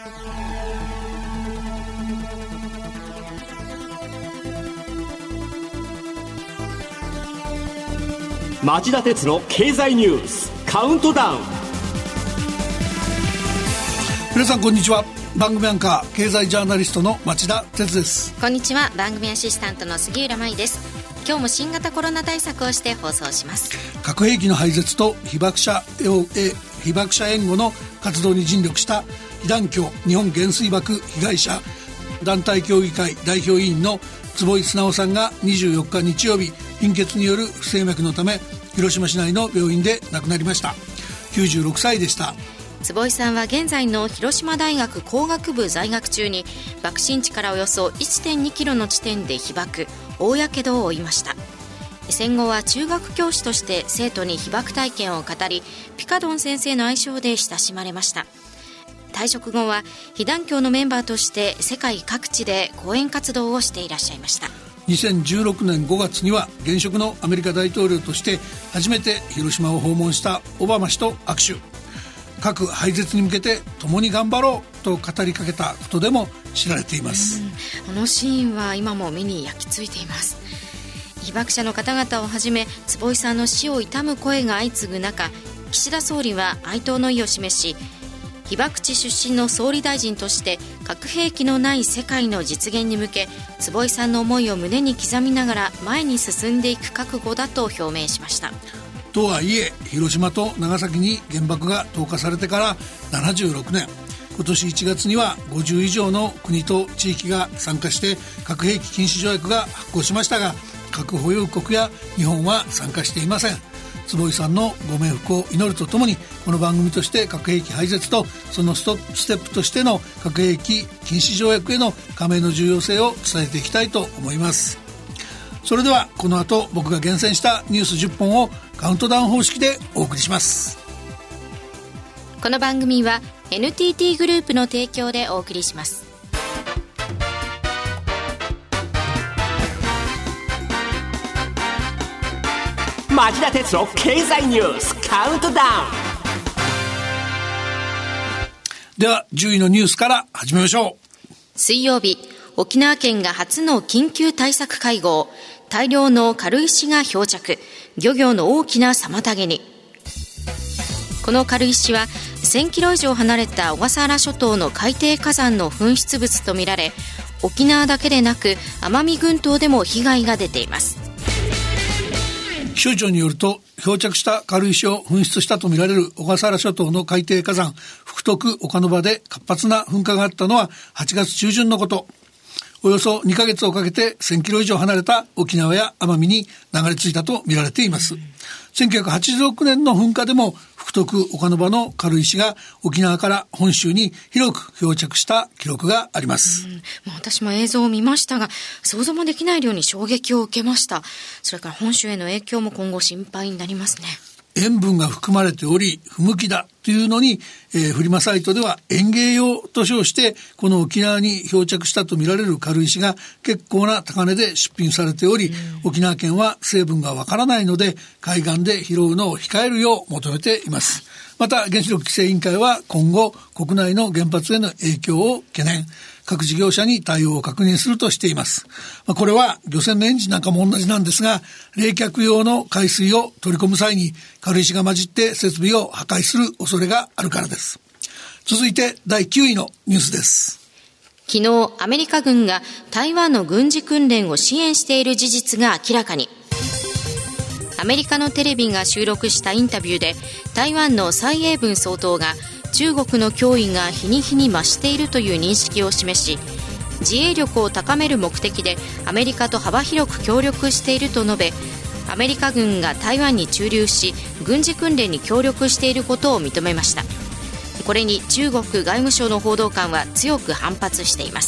町田鉄の経済ニュースカウントダウン。 皆さんこんにちは。番組アンカー経済ジャーナリストの町田鉄です。 こんにちは。番組アシスタントの杉浦舞です。今日も新型コロナ対策をして放送します。 核兵器の廃絶と被爆者援護の活動に尽力した被団協日本原水爆被害者団体協議会代表委員の坪井直さんが24日日曜日、貧血による不整脈のため広島市内の病院で亡くなりました。96歳でした。 坪井さんは現在の広島大学工学部在学中に爆心地からおよそ 1.2 キロの地点で被爆、大やけどを負いました。戦後は中学教師として生徒に被爆体験を語り、ピカドン先生の愛称で親しまれました。退職後は被団協のメンバーとして世界各地で講演活動をしていらっしゃいました。 2016年5月には現職のアメリカ大統領として初めて広島を訪問したオバマ氏と握手。核廃絶に向けて共に頑張ろうと語りかけたことでも知られています。 このシーンは今も目に焼き付いています。被爆者の方々をはじめ坪井さんの死を悼む声が相次ぐ中、岸田総理は哀悼の意を示し、被爆地出身の総理大臣として核兵器のない世界の実現に向け、坪井さんの思いを胸に刻みながら前に進んでいく覚悟だと表明しました。 とはいえ広島と長崎に原爆が投下されてから76年、今年1月には50以上の国と地域が参加して核兵器禁止条約が発効しましたが、核保有国や日本は参加していません。坪井さんのご冥福を祈るとともに、この番組として核兵器廃絶とそのステップとしての核兵器禁止条約への加盟の重要性を伝えていきたいと思います。それではこの後僕が厳選したニュース10本をカウントダウン方式でお送りします。 この番組は NTT グループの提供でお送りします。 町田鉄の経済ニュースカウントダウン。 では10位のニュースから始めましょう。 水曜日、沖縄県が初の緊急対策会合、大量の軽石が漂着、漁業の大きな妨げに。この軽石は1000キロ以上離れた小笠原諸島の海底火山の噴出物とみられ、沖縄だけでなく奄美群島でも被害が出ています。 気象庁によると、漂着した軽石を噴出したとみられる小笠原諸島の海底火山福徳岡ノ場で活発な噴火があったのは8月中旬のこと。およそ2ヶ月をかけて1000キロ以上離れた沖縄や奄美に流れ着いたと見られています。1986年の噴火でも福徳岡ノ場の軽石が沖縄から本州に広く漂着した記録があります。 私も映像を見ましたが、想像もできない量に衝撃を受けました。それから本州への影響も今後心配になりますね。 塩分が含まれており不向きだというのに、フリマサイトでは園芸用と称してこの沖縄に漂着したとみられる軽石が結構な高値で出品されており、沖縄県は成分がわからないので海岸で拾うのを控えるよう求めています。また原子力規制委員会は今後国内の原発への影響を懸念、各事業者に対応を確認するとしています。これは漁船のエンジンなんかも同じなんですが、冷却用の海水を取り込む際に軽石が混じって設備を破壊する恐れがあるからです。続いて第9位のニュースです。 昨日アメリカ軍が台湾の軍事訓練を支援している事実が明らかに。アメリカのテレビが収録したインタビューで、台湾の蔡英文総統が中国の脅威が日に日に増しているという認識を示し、自衛力を高める目的でアメリカと幅広く協力していると述べ、アメリカ軍が台湾に駐留し軍事訓練に協力していることを認めました。これに中国外務省の報道官は強く反発しています。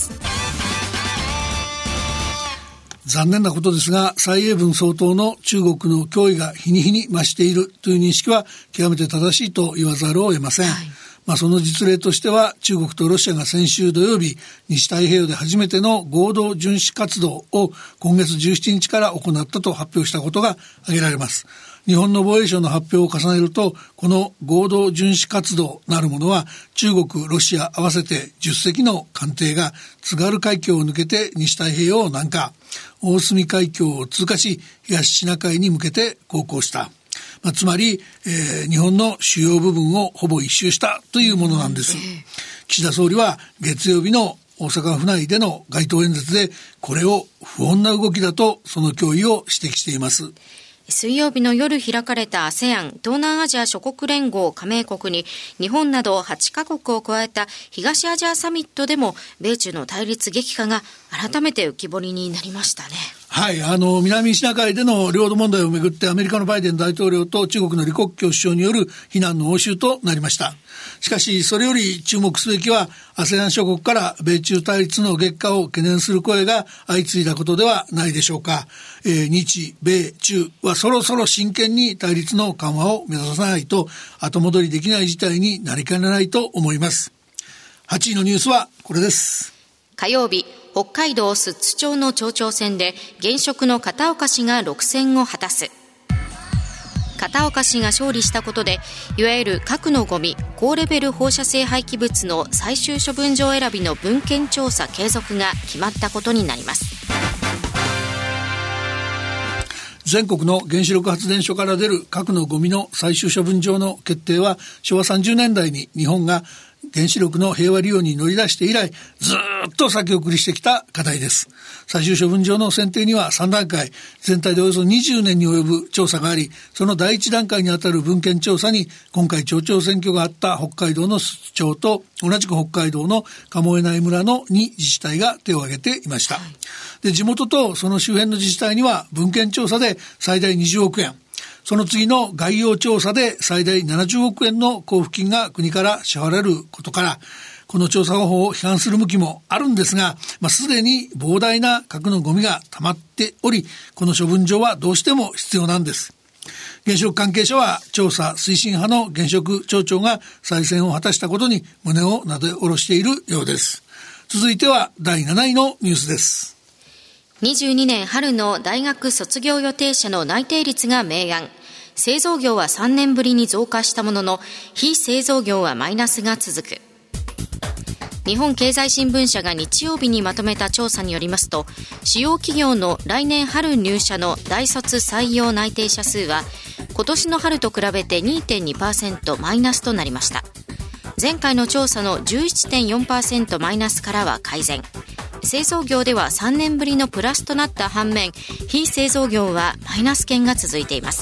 残念なことですが、蔡英文総統の中国の脅威が日に日に増しているという認識は極めて正しいと言わざるを得ません。その実例としては、中国とロシアが先週土曜日、西太平洋で初めての合同巡視活動を今月17日から行ったと発表したことが挙げられます。 日本の防衛省の発表を重ねると、この合同巡視活動なるものは中国、ロシア合わせて10隻の艦艇が津軽海峡を抜けて西太平洋南下、大隅海峡を通過し東シナ海に向けて航行した。つまり、日本の主要部分をほぼ一周したというものなんです。岸田総理は月曜日の大阪府内での街頭演説でこれを不穏な動きだとその脅威を指摘しています。 水曜日の夜開かれた ASEAN 東南アジア諸国連合加盟国に日本など8カ国を加えた東アジアサミットでも米中の対立激化が改めて浮き彫りになりましたね。 はい、南シナ海での領土問題をめぐってアメリカのバイデン大統領と中国の李克強首相による非難の応酬となりました。しかしそれより注目すべきは ASEAN 諸国から米中対立の激化を懸念する声が相次いだことではないでしょうか。日米中はそろそろ真剣に対立の緩和を目指さないと後戻りできない事態になりかねないと思います。8位のニュースはこれです。 火曜日、北海道寿都町の町長選で現職の片岡氏が6選を果たす。片岡氏が勝利したことで、いわゆる核のゴミ、高レベル放射性廃棄物の最終処分場選びの文献調査継続が決まったことになります。 全国の原子力発電所から出る核のゴミの最終処分場の決定は昭和30年代に日本が原子力の平和利用に乗り出して以来ずっと先送りしてきた課題です。最終処分場の選定には3段階、全体でおよそ20年に及ぶ調査があり、その第1段階にあたる文献調査に今回町長選挙があった北海道の寿都町と同じく北海道の鴨江内村の2自治体が手を挙げていました。で、地元とその周辺の自治体には文献調査で最大20億円、その次の概要調査で最大70億円の交付金が国から支払われることから、この調査方法を批判する向きもあるんですが、すでに膨大な核のゴミが溜まっており、この処分場はどうしても必要なんです。原子力関係者は調査推進派の現職町長が再選を果たしたことに胸をなで下ろしているようです。続いては第7位のニュースです。 22年春の大学卒業予定者の内定率が明暗。製造業は3年ぶりに増加したものの、非製造業はマイナスが続く。日本経済新聞社が日曜日にまとめた調査によりますと、主要企業の来年春入社の大卒採用内定者数は今年の春と比べて 2.2% マイナスとなりました。前回の調査の 11.4% マイナスからは改善。製造業では3年ぶりのプラスとなった反面、非製造業はマイナス圏が続いています。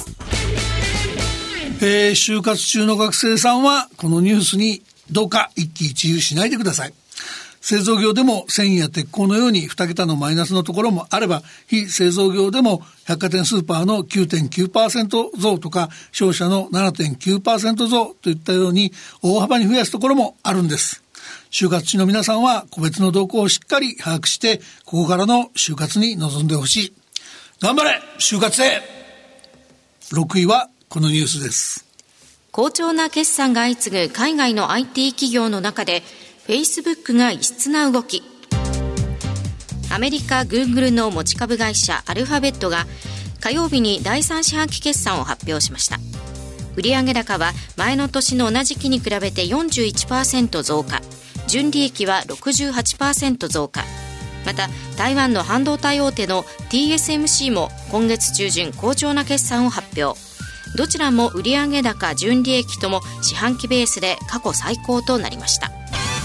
就活中の学生さんはこのニュースにどうか一喜一憂しないでください。製造業でも繊維や鉄鋼のように2桁のマイナスのところもあれば、非製造業でも百貨店スーパーの 9.9% 増とか商社の 7.9% 増といったように大幅に増やすところもあるんです。就活中の皆さんは個別の動向をしっかり把握してここからの就活に臨んでほしい。頑張れ就活生。6位はこのニュースです。 好調な決算が相次ぐ海外の IT 企業の中で Facebook が異質な動き。アメリカ Google の持ち株会社アルファベットが火曜日に第3四半期決算を発表しました。売上高は前の年の同じ期に比べて 41% 増加、純利益は 68% 増加。また台湾の半導体大手の TSMC も今月中旬好調な決算を発表。どちらも売上高、純利益とも四半期ベースで過去最高となりました。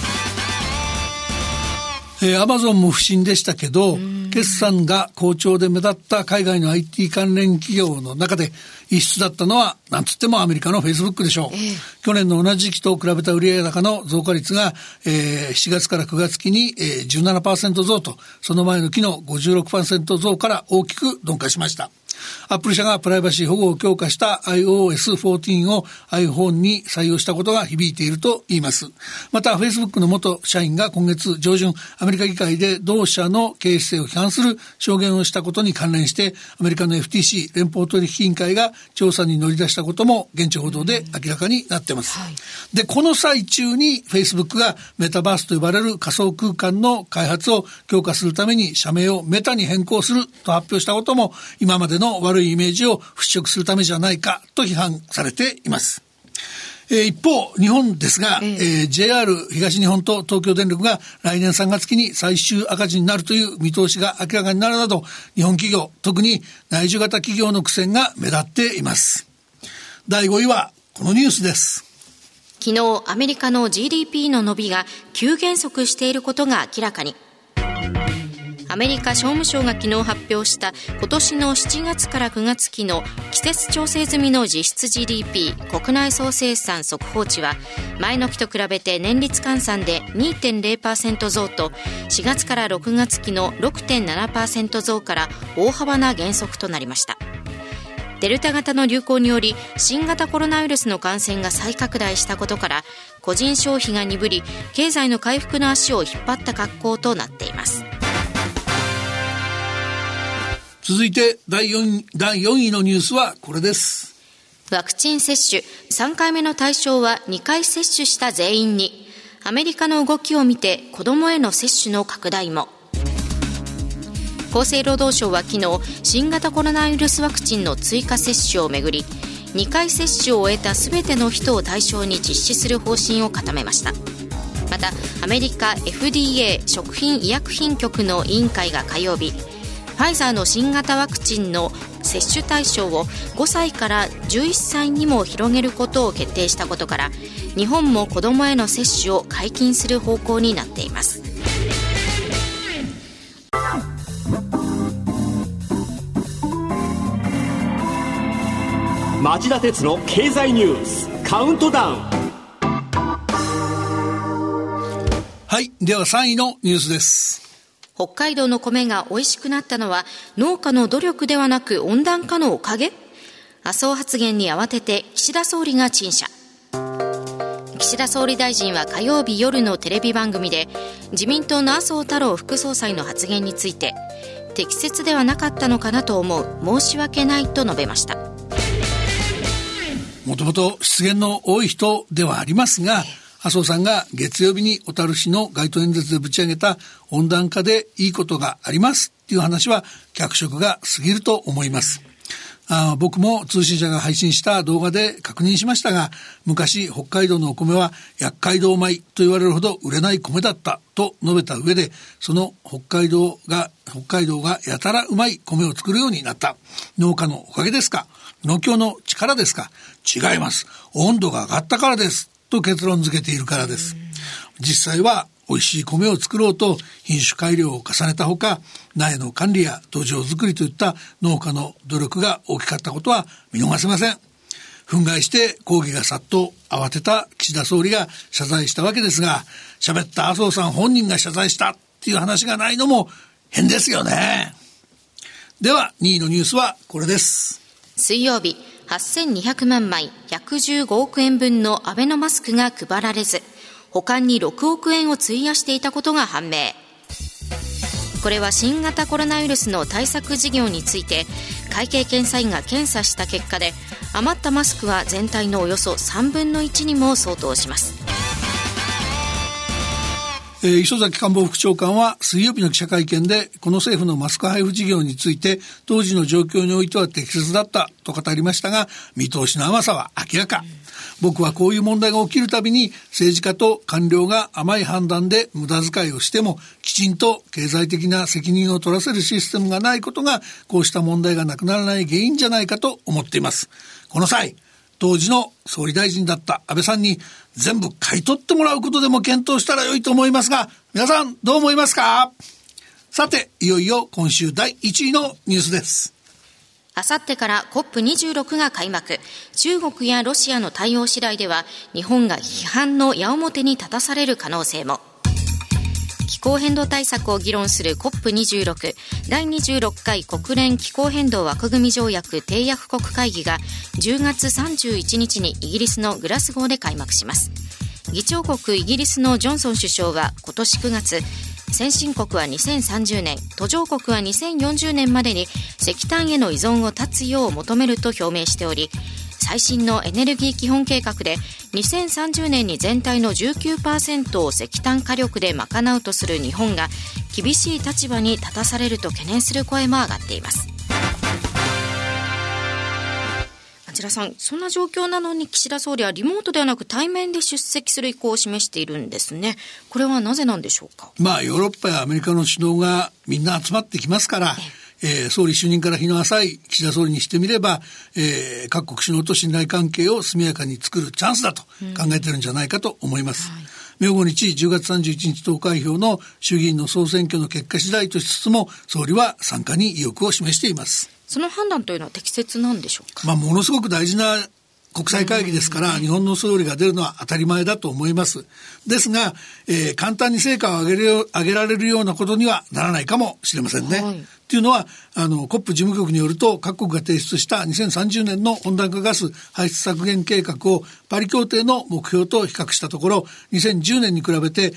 アマゾンも不振でしたけど、決算が好調で目立った海外の IT 関連企業の中で異質だったのはなんつってもアメリカの Facebook でしょう。去年の同じ時期と比べた売上高の増加率が、7月から9月期に、17% 増と、その前の期の 56% 増から大きく鈍化しました。アップル社がプライバシー保護を強化した iOS14 を iPhone に採用したことが響いていると言います。また Facebook の元社員が今月上旬アメリカ議会で同社の経営姿勢を批判する証言をしたことに関連してアメリカの FTC 連邦取引委員会が調査に乗り出したことも現地報道で明らかになっています。で、この最中に Facebook がメタバースと呼ばれる仮想空間の開発を強化するために社名をメタに変更すると発表したことも今までのの悪いイメージを払拭するためじゃないかと批判されています。一方日本ですが、JR 東日本と東京電力が来年3月期に最終赤字になるという見通しが明らかになるなど、日本企業、特に内需型企業の苦戦が目立っています。第5位はこのニュースです。 昨日アメリカの GDP の伸びが急減速していることが明らかに。アメリカ商務省が昨日発表した今年の7月から9月期の季節調整済みの実質 GDP 国内総生産速報値は前の期と比べて年率換算で 2.0% 増と4月から6月期の 6.7% 増から大幅な減速となりました。デルタ型の流行により新型コロナウイルスの感染が再拡大したことから個人消費が鈍り経済の回復の足を引っ張った格好となっています。 続いて第4位のニュースはこれです。 ワクチン接種3回目の対象は2回接種した全員に。アメリカの動きを見て子どもへの接種の拡大も。厚生労働省は昨日新型コロナウイルスワクチンの追加接種をめぐり2回接種を終えたすべての人を対象に実施する方針を固めました。またアメリカ FDA 食品医薬品局の委員会が火曜日ファイザーの新型ワクチンの接種対象を5歳から11歳にも広げることを決定したことから日本も子どもへの接種を解禁する方向になっています。 町田鉄の経済ニュースカウントダウン。 はい、では3位のニュースです。 北海道の米が美味しくなったのは農家の努力ではなく温暖化のおかげ？麻生発言に慌てて岸田総理が陳謝。岸田総理大臣は火曜日夜のテレビ番組で自民党の麻生太郎副総裁の発言について適切ではなかったのかなと思う、申し訳ないと述べました。 もともと失言の多い人ではありますが、麻生さんが月曜日に小樽市の街頭演説でぶち上げた温暖化でいいことがありますっていう話は脚色が過ぎると思います。僕も通信社が配信した動画で確認しましたが、昔北海道のお米は厄介道米と言われるほど売れない米だったと述べた上で、その北海道がやたらうまい米を作るようになった農家のおかげですか、農協の力ですか？違います、温度が上がったからですと結論付けているからです。実際は美味しい米を作ろうと品種改良を重ねたほか、苗の管理や土壌作りといった農家の努力が大きかったことは見逃せません。憤慨して抗議が殺到、慌てた岸田総理が謝罪したわけですが、喋った麻生さん本人が謝罪したっていう話がないのも変ですよね。では2位のニュースはこれです。 水曜日8200万枚115億円分のアベノマスクが配られず保管に6億円を費やしていたことが判明。これは新型コロナウイルスの対策事業について会計検査院が検査した結果で、余ったマスクは全体のおよそ3分の1にも相当します。 磯崎官房副長官は水曜日の記者会見で、この政府のマスク配布事業について当時の状況においては適切だったと語りましたが、見通しの甘さは明らか。僕はこういう問題が起きるたびに政治家と官僚が甘い判断で無駄遣いをしてもきちんと経済的な責任を取らせるシステムがないことがこうした問題がなくならない原因じゃないかと思っています。この際当時の総理大臣だった安倍さんに全部買い取ってもらうことでも検討したら良いと思いますが、皆さんどう思いますか？さて、いよいよ今週第1位のニュースです。 あさってから COP26 が開幕。中国やロシアの対応次第では日本が批判の矢面に立たされる可能性も。気候変動対策を議論する COP26 第26回国連気候変動枠組条約締約国会議が10月31日にイギリスのグラスゴーで開幕します。議長国イギリスのジョンソン首相は今年9月、先進国は2030年、途上国は2040年までに石炭への依存を断つよう求めると表明しており、最新のエネルギー基本計画で2030年に全体の 19% を石炭火力で賄うとする日本が厳しい立場に立たされると懸念する声も上がっています。 町田さん、そんな状況なのに岸田総理はリモートではなく対面で出席する意向を示しているんですね。これはなぜなんでしょうか。 ヨーロッパやアメリカの首脳がみんな集まってきますから、総理就任から日の浅い岸田総理にしてみれば、各国首脳と信頼関係を速やかに作るチャンスだと考えてるんじゃないかと思います。明後日10月31日投開票の衆議院の総選挙の結果次第としつつも、総理は参加に意欲を示しています。 その判断というのは適切なんでしょうか。 ものすごく大事な国際会議ですから、日本の総理が出るのは当たり前だと思います。ですが、簡単に成果を上げられるようなことにはならないかもしれませんね。というのはCOP 事務局によると、各国が提出した2030年の温暖化ガス排出削減計画をパリ協定の目標と比較したところ、2010年に比べて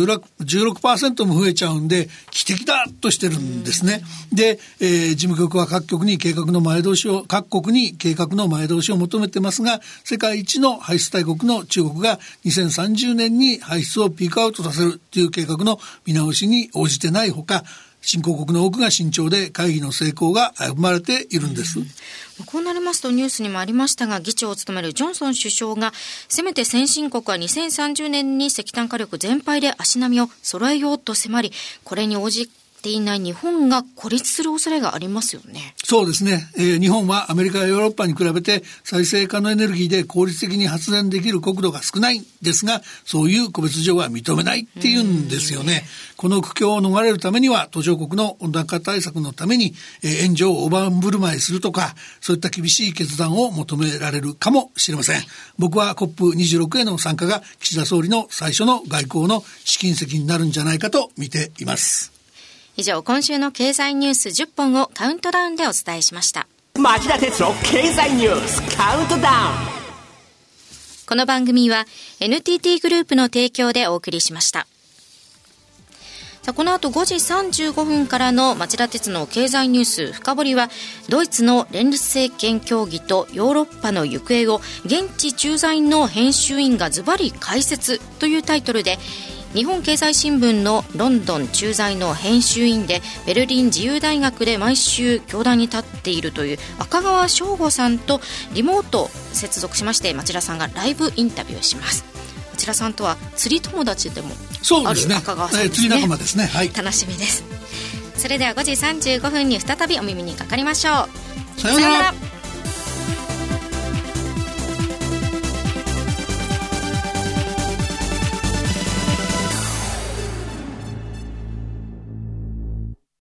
16% も増えちゃうんで危機的だとしてるんですね。で、事務局は各国に計画の前倒しを求めてますが、世界一の排出大国の中国が2030年に排出をピークアウトさせるという計画の見直しに応じてないほか、新興国の多くが慎重で会議の成功が危ぶまれているんです。 こうなりますと、ニュースにもありましたが、議長を務めるジョンソン首相が、せめて先進国は2030年に石炭火力全廃で足並みを揃えようと迫り、これに応じていない日本が孤立する恐れがありますよね。 そうですね、日本はアメリカやヨーロッパに比べて再生可能エネルギーで効率的に発電できる国土が少ないんですが、そういう個別上は認めないっていうんですよね。この苦境を逃れるためには、途上国の温暖化対策のために援助を大盤振る舞いするとか、そういった厳しい決断を求められるかもしれません。僕は COP26 への参加が岸田総理の最初の外交の試金石になるんじゃないかと見ています。 以上、今週の経済ニュース10本をカウントダウンでお伝えしました。 町田鉄の経済ニュースカウントダウン。 この番組は NTT グループの提供でお送りしました。この後5時35分からの町田鉄の経済ニュース深掘りは、ドイツの連立政権協議とヨーロッパの行方を現地駐在の編集員がズバリ解説というタイトルで、日本経済新聞のロンドン駐在の編集員でベルリン自由大学で毎週教壇に立っているという赤川翔吾さんとリモート接続しまして、町田さんがライブインタビューします。町田さんとは釣り友達でもある赤川さんですね。 釣り仲間ですね、はい、 楽しみです。それでは5時35分に再びお耳にかかりましょう。 さようなら。